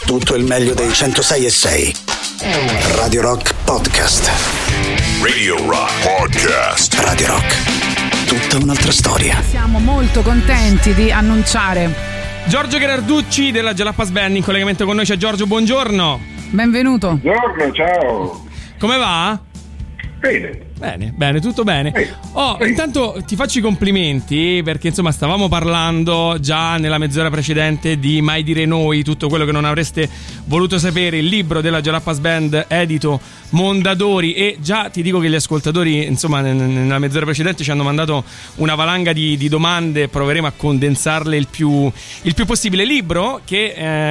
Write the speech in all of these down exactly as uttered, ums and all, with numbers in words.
tutto il meglio dei centosei e sei. Radio Rock Podcast. Radio Rock Podcast. Radio Rock, tutta un'altra storia. Siamo molto contenti di annunciare Giorgio Gherarducci della Jalapas Band in collegamento con noi. C'è Giorgio, buongiorno. Benvenuto. Buongiorno, ciao. Come va? Bene. Bene, bene, tutto bene. Oh, intanto ti faccio i complimenti perché insomma stavamo parlando già nella mezz'ora precedente di Mai dire noi, tutto quello che non avreste voluto sapere, il libro della Jalapas Band edito Mondadori, e già ti dico che gli ascoltatori insomma nella mezz'ora precedente ci hanno mandato una valanga di, di domande, proveremo a condensarle il più, il più possibile. Libro che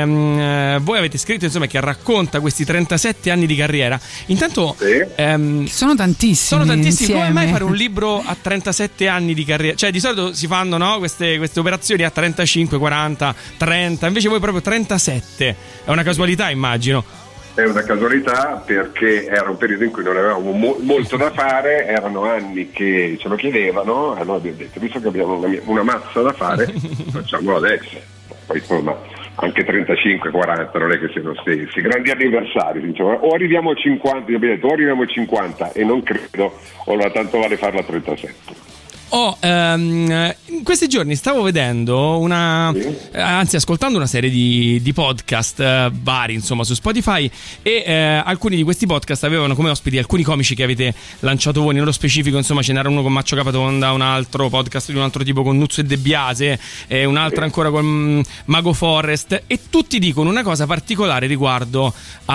ehm, voi avete scritto, insomma, che racconta questi trentasette anni di carriera. Intanto Sì. ehm, Sono tantissimi. sono tantissimi. insieme. Come mai fare un libro a trentasette anni di carriera? Cioè, di solito si fanno, no, queste, queste operazioni a trentacinque, quaranta, trenta. Invece voi proprio trentasette. È una casualità, immagino. È una casualità perché era un periodo in cui non avevamo mo- molto da fare, erano anni che ce lo chiedevano, e noi abbiamo detto, visto che abbiamo una, una mazza da fare, facciamolo adesso. Poi insomma, anche trentacinque, quaranta non è che siano stessi grandi anniversari, diciamo. O arriviamo a cinquanta, io abbiamo detto, o arriviamo a cinquanta, e non credo, o la tanto vale farla a trentasette. Oh, ehm, in questi giorni stavo vedendo una, Sì. eh, anzi ascoltando una serie di, di podcast eh, vari, insomma, su Spotify, e eh, alcuni di questi podcast avevano come ospiti alcuni comici che avete lanciato voi. Nello specifico, insomma, ce n'era uno con Maccio Capatonda, un altro podcast di un altro tipo con Nuzzo e De Biase, e un altro ancora con mm, Mago Forrest, e tutti dicono una cosa particolare riguardo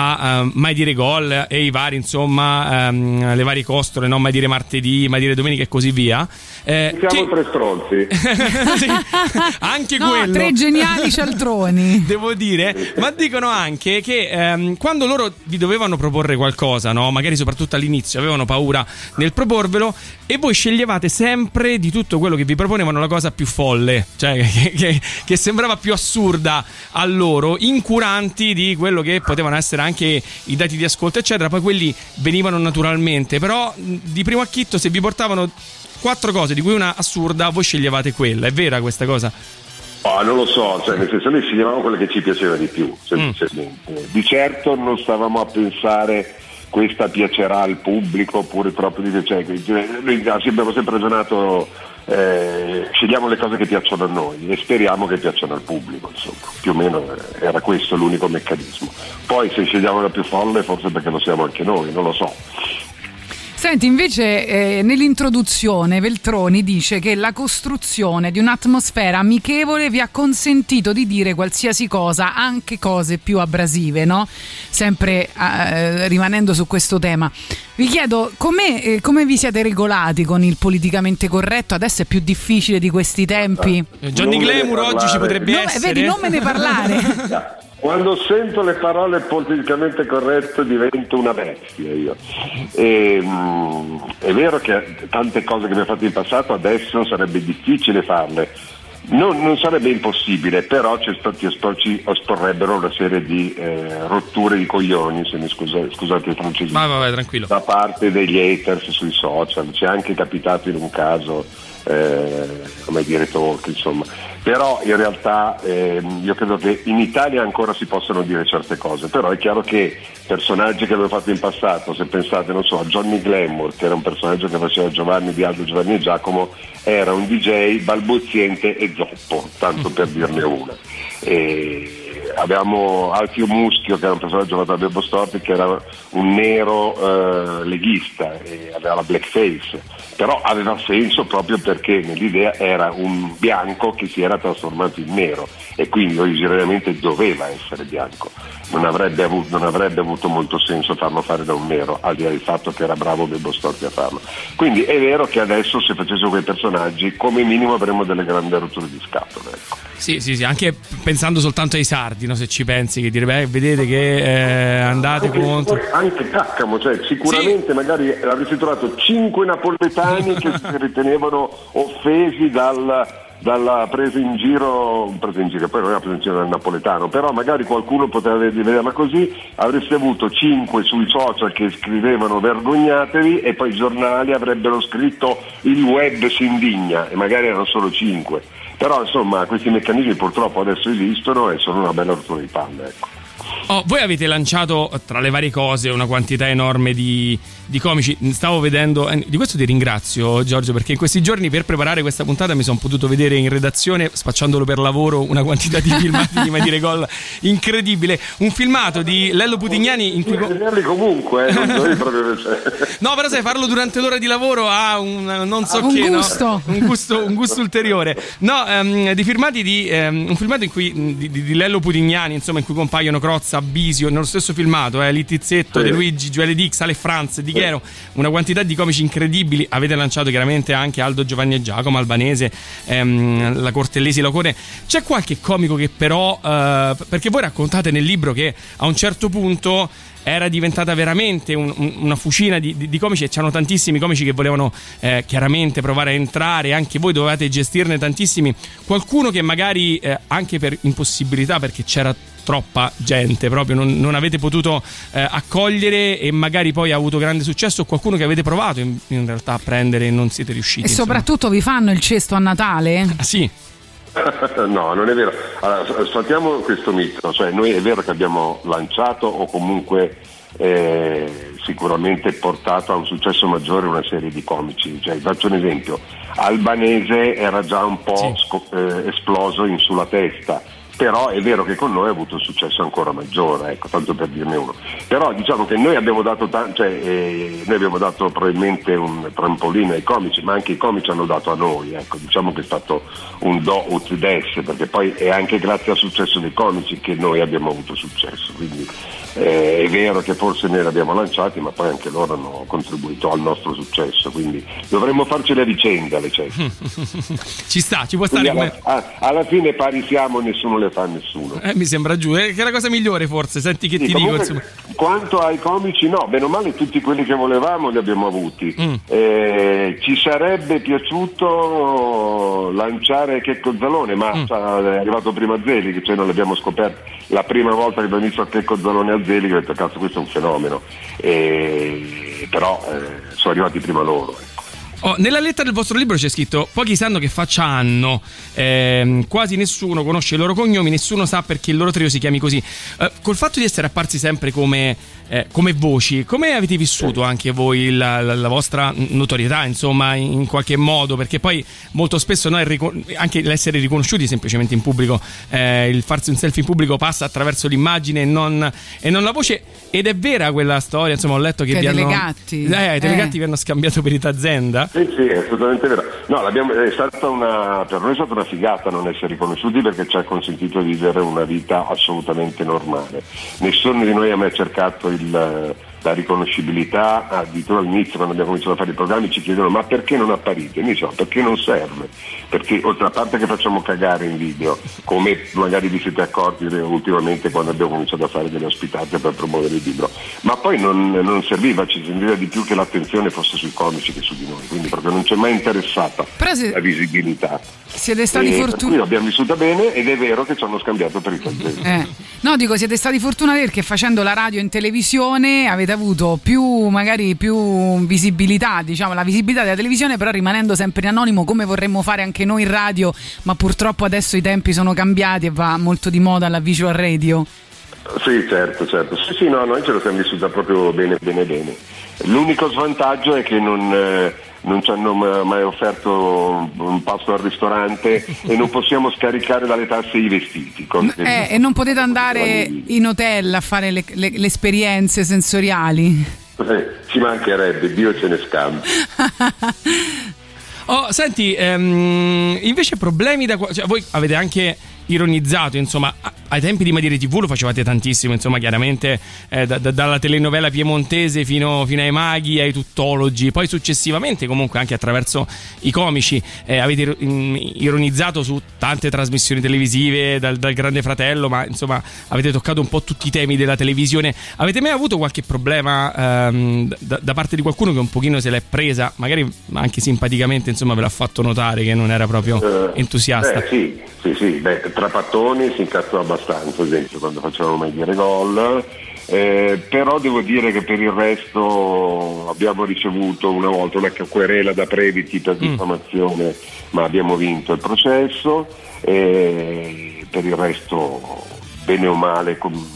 a uh, Mai dire gol e i vari, insomma, um, le varie costole, no? Mai dire martedì, Mai dire domenica e così via. Eh, Siamo che... tre stronzi. Sì, anche No, quello. tre geniali cialtroni. Devo dire, ma dicono anche che ehm, quando loro vi dovevano proporre qualcosa, no? Magari soprattutto all'inizio avevano paura nel proporvelo, e voi sceglievate sempre di tutto quello che vi proponevano la cosa più folle, cioè che, che, che sembrava più assurda a loro, incuranti di quello che potevano essere anche i dati di ascolto, eccetera. Poi quelli venivano naturalmente, però di primo acchitto, se vi portavano quattro cose di cui una assurda, voi sceglievate quella. È vera questa cosa? Oh, non lo so, cioè, nel senso, noi sceglievamo quello che ci piaceva di più, semplicemente. Mm. Di certo non stavamo a pensare questa piacerà al pubblico, oppure troppo di cioè, noi abbiamo sempre ragionato, eh, scegliamo le cose che piacciono a noi e speriamo che piacciono al pubblico, insomma, più o meno era questo l'unico meccanismo. Poi se scegliamo la più folle, forse perché lo siamo anche noi, non lo so. Senti, invece eh, nell'introduzione Veltroni dice che la costruzione di un'atmosfera amichevole vi ha consentito di dire qualsiasi cosa, anche cose più abrasive, no? Sempre eh, rimanendo su questo tema. Vi chiedo come eh, come vi siete regolati con il politicamente corretto? Adesso è più difficile di questi tempi. Eh, Johnny Non Glamour me ne oggi ci potrebbe No, essere. vedi, non me ne parlare. Quando sento le parole politicamente corrette divento una bestia io. E, mh, è vero che tante cose che abbiamo fatto in passato adesso sarebbe difficile farle. Non, non sarebbe impossibile, però ci, ci esporrebbero una serie di eh, rotture di coglioni, se mi scusa, scusate il francese, Ma vabbè, tranquillo. da parte degli haters sui social. Ci è anche capitato in un caso, eh, come dire, talk, insomma. Però in realtà eh, io credo che in Italia ancora si possano dire certe cose, però è chiaro che personaggi che avevo fatto in passato, se pensate, non so, a Johnny Glamour, che era un personaggio che faceva Giovanni Di Aldo, Giovanni e Giacomo, era un D J balbuziente e zoppo, tanto per dirne una. E avevamo Alfio Muschio, che era un personaggio fatto da Bebo Storti, che era un nero eh, leghista e aveva la blackface, però aveva senso proprio perché nell'idea era un bianco che si era trasformato in nero, e quindi originariamente doveva essere bianco. Non avrebbe avuto, non avrebbe avuto molto senso farlo fare da un nero, al di là del fatto che era bravo Bebo Storti a farlo. Quindi è vero che adesso, se facessimo quei personaggi, come minimo avremmo delle grandi rotture di scatole, ecco. Sì, sì, sì, anche pensando soltanto ai sardi, no? Se ci pensi, che dire, beh, vedete che eh, andate anche, contro. Anche Caccamo, cioè sicuramente sì. Magari avresti trovato cinque napoletani che si ritenevano offesi dal, dalla presa in giro, presa in giro, poi non è una presa in giro del napoletano, però magari qualcuno poteva vederla così, avresti avuto cinque sui social che scrivevano vergognatevi, e poi i giornali avrebbero scritto il web si indigna, e magari erano solo cinque. Però insomma questi meccanismi purtroppo adesso esistono e sono una bella rottura di palle, ecco. Oh, voi avete lanciato tra le varie cose una quantità enorme di, di comici. Stavo vedendo, eh, di questo ti ringrazio Giorgio, perché in questi giorni per preparare questa puntata mi sono potuto vedere in redazione, spacciandolo per lavoro, una quantità di filmati di Mai Dire Gol incredibile. Un filmato di Lello Putignani in cui vederli comunque, eh, non dovevi proprio no, però sai, farlo durante l'ora di lavoro ha un non so un che gusto. No? un gusto un gusto ulteriore. No, um, di filmati di um, un filmato in cui di, di, di Lello Putignani, insomma, in cui compaiono Crozza, Bisio, nello stesso filmato, eh, Littizzetto, sì. De Luigi, Gioele Dix, Ale Franz, Di Chero, una quantità di comici incredibili. Avete lanciato chiaramente anche Aldo, Giovanni e Giacomo, Albanese, ehm, la Cortellesi, Locone. C'è qualche comico che però, eh, perché voi raccontate nel libro che a un certo punto era diventata veramente un, un, una fucina di, di, di comici, e c'erano tantissimi comici che volevano eh, chiaramente provare a entrare, anche voi dovevate gestirne tantissimi. Qualcuno che magari eh, anche per impossibilità, perché c'era troppa gente, proprio non, non avete potuto eh, accogliere e magari poi ha avuto grande successo, o qualcuno che avete provato in, in realtà a prendere e non siete riusciti. E soprattutto vi fanno il cesto a Natale? Ah, sì. No, non è vero. Allora, sfattiamo questo mito, cioè noi è vero che abbiamo lanciato o comunque eh, sicuramente portato a un successo maggiore una serie di comici, cioè, faccio un esempio, Albanese era già un po' sì. sco- eh, esploso in Sulla Testa, però è vero che con noi ha avuto un successo ancora maggiore, ecco, tanto per dirne uno. Però diciamo che noi abbiamo dato t- cioè, eh, noi abbiamo dato probabilmente un trampolino ai comici, ma anche i comici hanno dato a noi, ecco, diciamo che è stato un do ut des, perché poi è anche grazie al successo dei comici che noi abbiamo avuto successo, quindi eh, è vero che forse noi li abbiamo lanciati, ma poi anche loro hanno contribuito al nostro successo, quindi dovremmo farcele a vicenda le ceste. Ci sta, ci può stare alla, come... a, alla fine pari siamo, nessuno le fa nessuno. Eh, mi sembra giù, eh, che è la cosa migliore forse, senti che sì, ti comunque, dico, insomma. Quanto ai comici, no, bene o male tutti quelli che volevamo li abbiamo avuti. Mm. Eh, ci sarebbe piaciuto lanciare Checco Zalone, ma mm. è arrivato prima Zelig, cioè non l'abbiamo scoperto la prima volta che abbiamo visto Checco Zalone a Zelig, ho detto cazzo, questo è un fenomeno, eh, però eh, sono arrivati prima loro. Oh, nella lettera del vostro libro c'è scritto: pochi sanno che faccia anno, eh, quasi nessuno conosce i loro cognomi, nessuno sa perché il loro trio si chiami così. Eh, col fatto di essere apparsi sempre come, eh, come voci, come avete vissuto anche voi la, la, la vostra notorietà, insomma, in, in qualche modo? Perché poi molto spesso noi ricon- anche l'essere riconosciuti semplicemente in pubblico, eh, il farsi un selfie in pubblico passa attraverso l'immagine e non, e non la voce. Ed è vera quella storia, insomma, ho letto che, che vi hanno Telegatti. Eh, i Telegatti eh. vi hanno scambiato per Itazenda. Sì, sì, è assolutamente vero. No, l'abbiamo, è stata una, per noi è stata una figata non essere riconosciuti, perché ci ha consentito di vivere una vita assolutamente normale. Nessuno di noi ha mai cercato il, la riconoscibilità. Addirittura all'inizio, quando abbiamo cominciato a fare i programmi, ci chiedono ma perché non apparite? Noi diciamo perché non serve, perché oltre a parte che facciamo cagare in video, come magari vi siete accorti ultimamente quando abbiamo cominciato a fare delle ospitate per promuovere il libro, ma poi non, non serviva, ci serviva di più che l'attenzione fosse sui comici che su di noi, quindi proprio non ci è mai interessata se... la visibilità. Siete stati fortunati. L'abbiamo vissuta bene ed è vero che ci hanno scambiato per i calzini. Eh. No, dico, siete stati fortunati perché facendo la radio in televisione avete avuto più, magari più visibilità, diciamo, la visibilità della televisione, però rimanendo sempre in anonimo, come vorremmo fare anche noi in radio, ma purtroppo adesso i tempi sono cambiati e va molto di moda la visual radio. Sì, certo, certo. Sì, sì, no, noi ce lo siamo vissuta proprio bene, bene, bene. L'unico svantaggio è che non... Eh, non ci hanno mai offerto un pasto al ristorante e non possiamo scaricare dalle tasse i vestiti. Eh, e non potete andare in hotel a fare le, le, le esperienze sensoriali? Eh, ci mancherebbe, Dio ce ne scampi. Oh, senti, ehm, invece problemi da... Cioè, voi avete anche ironizzato, insomma, ai tempi di Mai Dire tivù lo facevate tantissimo, insomma, chiaramente eh, da, da, dalla telenovela piemontese fino, fino ai maghi, ai tuttologi, poi successivamente comunque anche attraverso i comici eh, avete ironizzato su tante trasmissioni televisive, dal, dal Grande Fratello, ma insomma avete toccato un po' tutti i temi della televisione. Avete mai avuto qualche problema ehm, da, da parte di qualcuno che un pochino se l'è presa, magari anche simpaticamente, insomma, ve l'ha fatto notare che non era proprio uh, entusiasta? Beh, sì, sì, sì, beh, tra pattoni si incazzò abbastanza, ad esempio quando facevamo Mai Dire Gol, Eh, però devo dire che per il resto abbiamo ricevuto una volta una querela da Previti per diffamazione, mm. ma abbiamo vinto il processo, e per il resto bene o male com-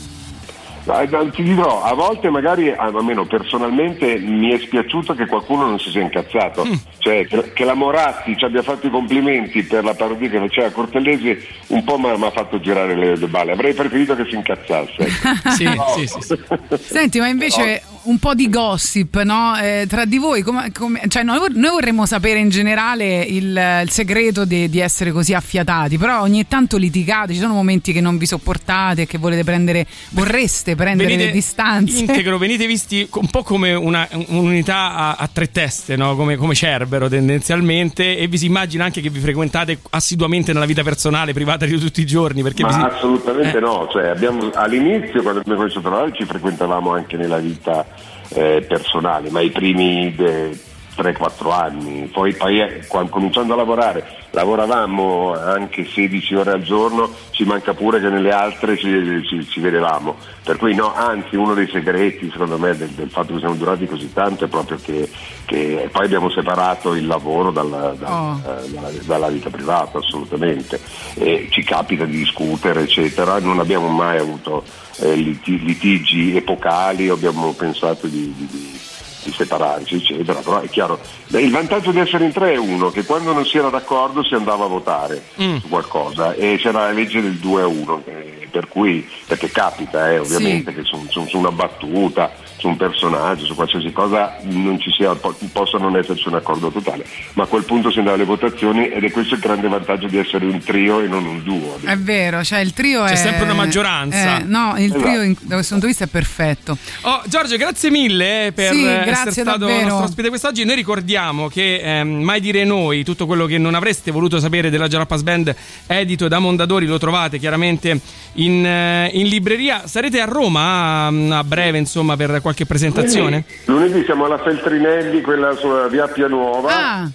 ti dirò, a volte magari, almeno personalmente, mi è spiaciuto che qualcuno non si sia incazzato, mm. cioè che, che la Moratti ci abbia fatto i complimenti per la parodia che faceva Cortellesi, un po' mi ha fatto girare le, le balle. Avrei preferito che si incazzasse. sì, no. sì, sì, sì. Senti, ma invece un po' di gossip, no? Eh, tra di voi, come, come, cioè noi, noi vorremmo sapere in generale il, il segreto di, di essere così affiatati, però ogni tanto litigate, ci sono momenti che non vi sopportate, che volete prendere, vorreste prendere venite le distanze. Integro, venite visti un po' come una, un'unità a, a tre teste, no? Come, come Cerbero tendenzialmente, e vi si immagina anche che vi frequentate assiduamente nella vita personale, privata di tutti i giorni. Perché Ma vi si... assolutamente eh. no, cioè abbiamo, all'inizio quando abbiamo cominciato a lavorare ci frequentavamo anche nella vita eh, personale, ma i primi de, tre quattro anni, poi, poi quando, cominciando a lavorare lavoravamo anche sedici ore al giorno, ci manca pure che nelle altre ci, ci, ci vedevamo, per cui no, anzi uno dei segreti secondo me del, del fatto che siamo durati così tanto è proprio che, che poi abbiamo separato il lavoro dalla, dalla, oh. eh, dalla, dalla vita privata, assolutamente, e ci capita di discutere eccetera, non abbiamo mai avuto eh, litigi epocali, abbiamo pensato di, di, di di separarci eccetera, però è chiaro, il vantaggio di essere in tre è uno, che quando non si era d'accordo si andava a votare mm. su qualcosa, e c'era la legge del due a uno, eh, per cui, perché capita eh, ovviamente sì. che su, su, su una battuta, su un personaggio, su qualsiasi cosa non ci sia, possa non esserci un accordo totale, ma a quel punto si andava alle votazioni, ed è questo il grande vantaggio di essere un trio e non un duo. È vero, cioè il trio c'è è... sempre una maggioranza. Eh, no, il esatto. trio in, da questo punto di vista è perfetto. Oh, Giorgio, grazie mille per sì, essere stato davvero. nostro ospite quest'oggi. Noi ricordiamo che ehm, Mai dire noi, tutto quello che non avreste voluto sapere della Jalapas Band, edito da Mondadori, lo trovate chiaramente in, eh, in libreria. Sarete a Roma a, a breve, insomma, per qualche presentazione? Lunedì, lunedì siamo alla Feltrinelli, quella sulla via Pianuova, ah.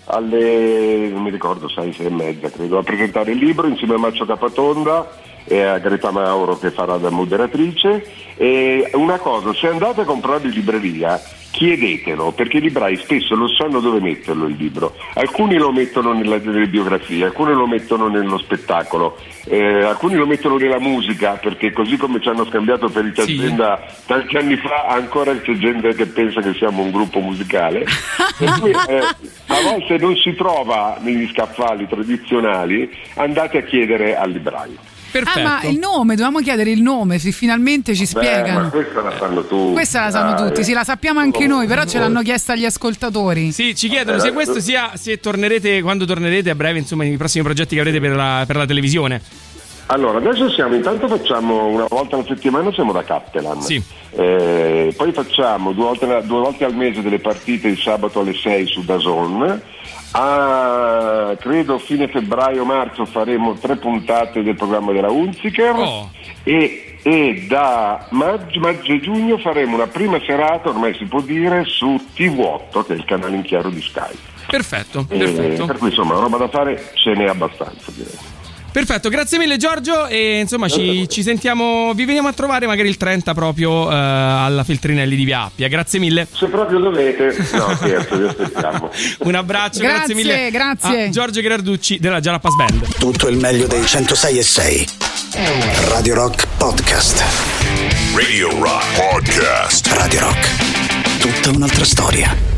alle, non mi ricordo, sei, sei e mezza credo, a presentare il libro insieme a Maccio Capatonda e a Greta Mauro che farà da moderatrice. E una cosa, se andate a comprare in libreria chiedetelo, perché i librai spesso non sanno dove metterlo il libro, alcuni lo mettono nella, nelle biografie, alcuni lo mettono nello spettacolo, eh, alcuni lo mettono nella musica, perché così come ci hanno scambiato per il Tazenda sì. tanti anni fa, ancora c'è gente che pensa che siamo un gruppo musicale per cui eh, a volte non si trova negli scaffali tradizionali, andate a chiedere al libraio. Perfetto. Ah, ma il nome, dovevamo chiedere il nome, se finalmente ci Beh, spiegano. Ma questa la sanno tutti. Questa la sanno tutti, sì, la sappiamo anche noi, però ce l'hanno chiesta gli ascoltatori. Sì, ci chiedono sia questo sia se tornerete, quando tornerete a breve, insomma, i prossimi progetti che avrete per la, per la televisione. Allora, adesso siamo, intanto facciamo una volta alla settimana, siamo da Captelan. Sì. Eh, poi facciamo due volte, due volte al mese delle partite il sabato alle sei su DAZN. A, credo fine febbraio-marzo faremo tre puntate del programma della Hunziker oh. e, e da maggio, maggio e giugno faremo una prima serata, ormai si può dire, su T V otto, che è il canale in chiaro di Sky. Perfetto, e, perfetto. Per cui insomma roba da fare ce n'è abbastanza, direi. Perfetto, grazie mille Giorgio, e insomma ci, ci sentiamo, vi veniamo a trovare magari il trenta proprio eh, alla Feltrinelli di Via Appia. Grazie mille. Se proprio dovete, no scherzo, vi aspettiamo. Un abbraccio, grazie, grazie mille grazie. a Giorgio Gherarducci della Jalapas Band. Tutto il meglio dei centosei e sei Radio Rock Podcast. Radio Rock Podcast. Radio Rock, tutta un'altra storia.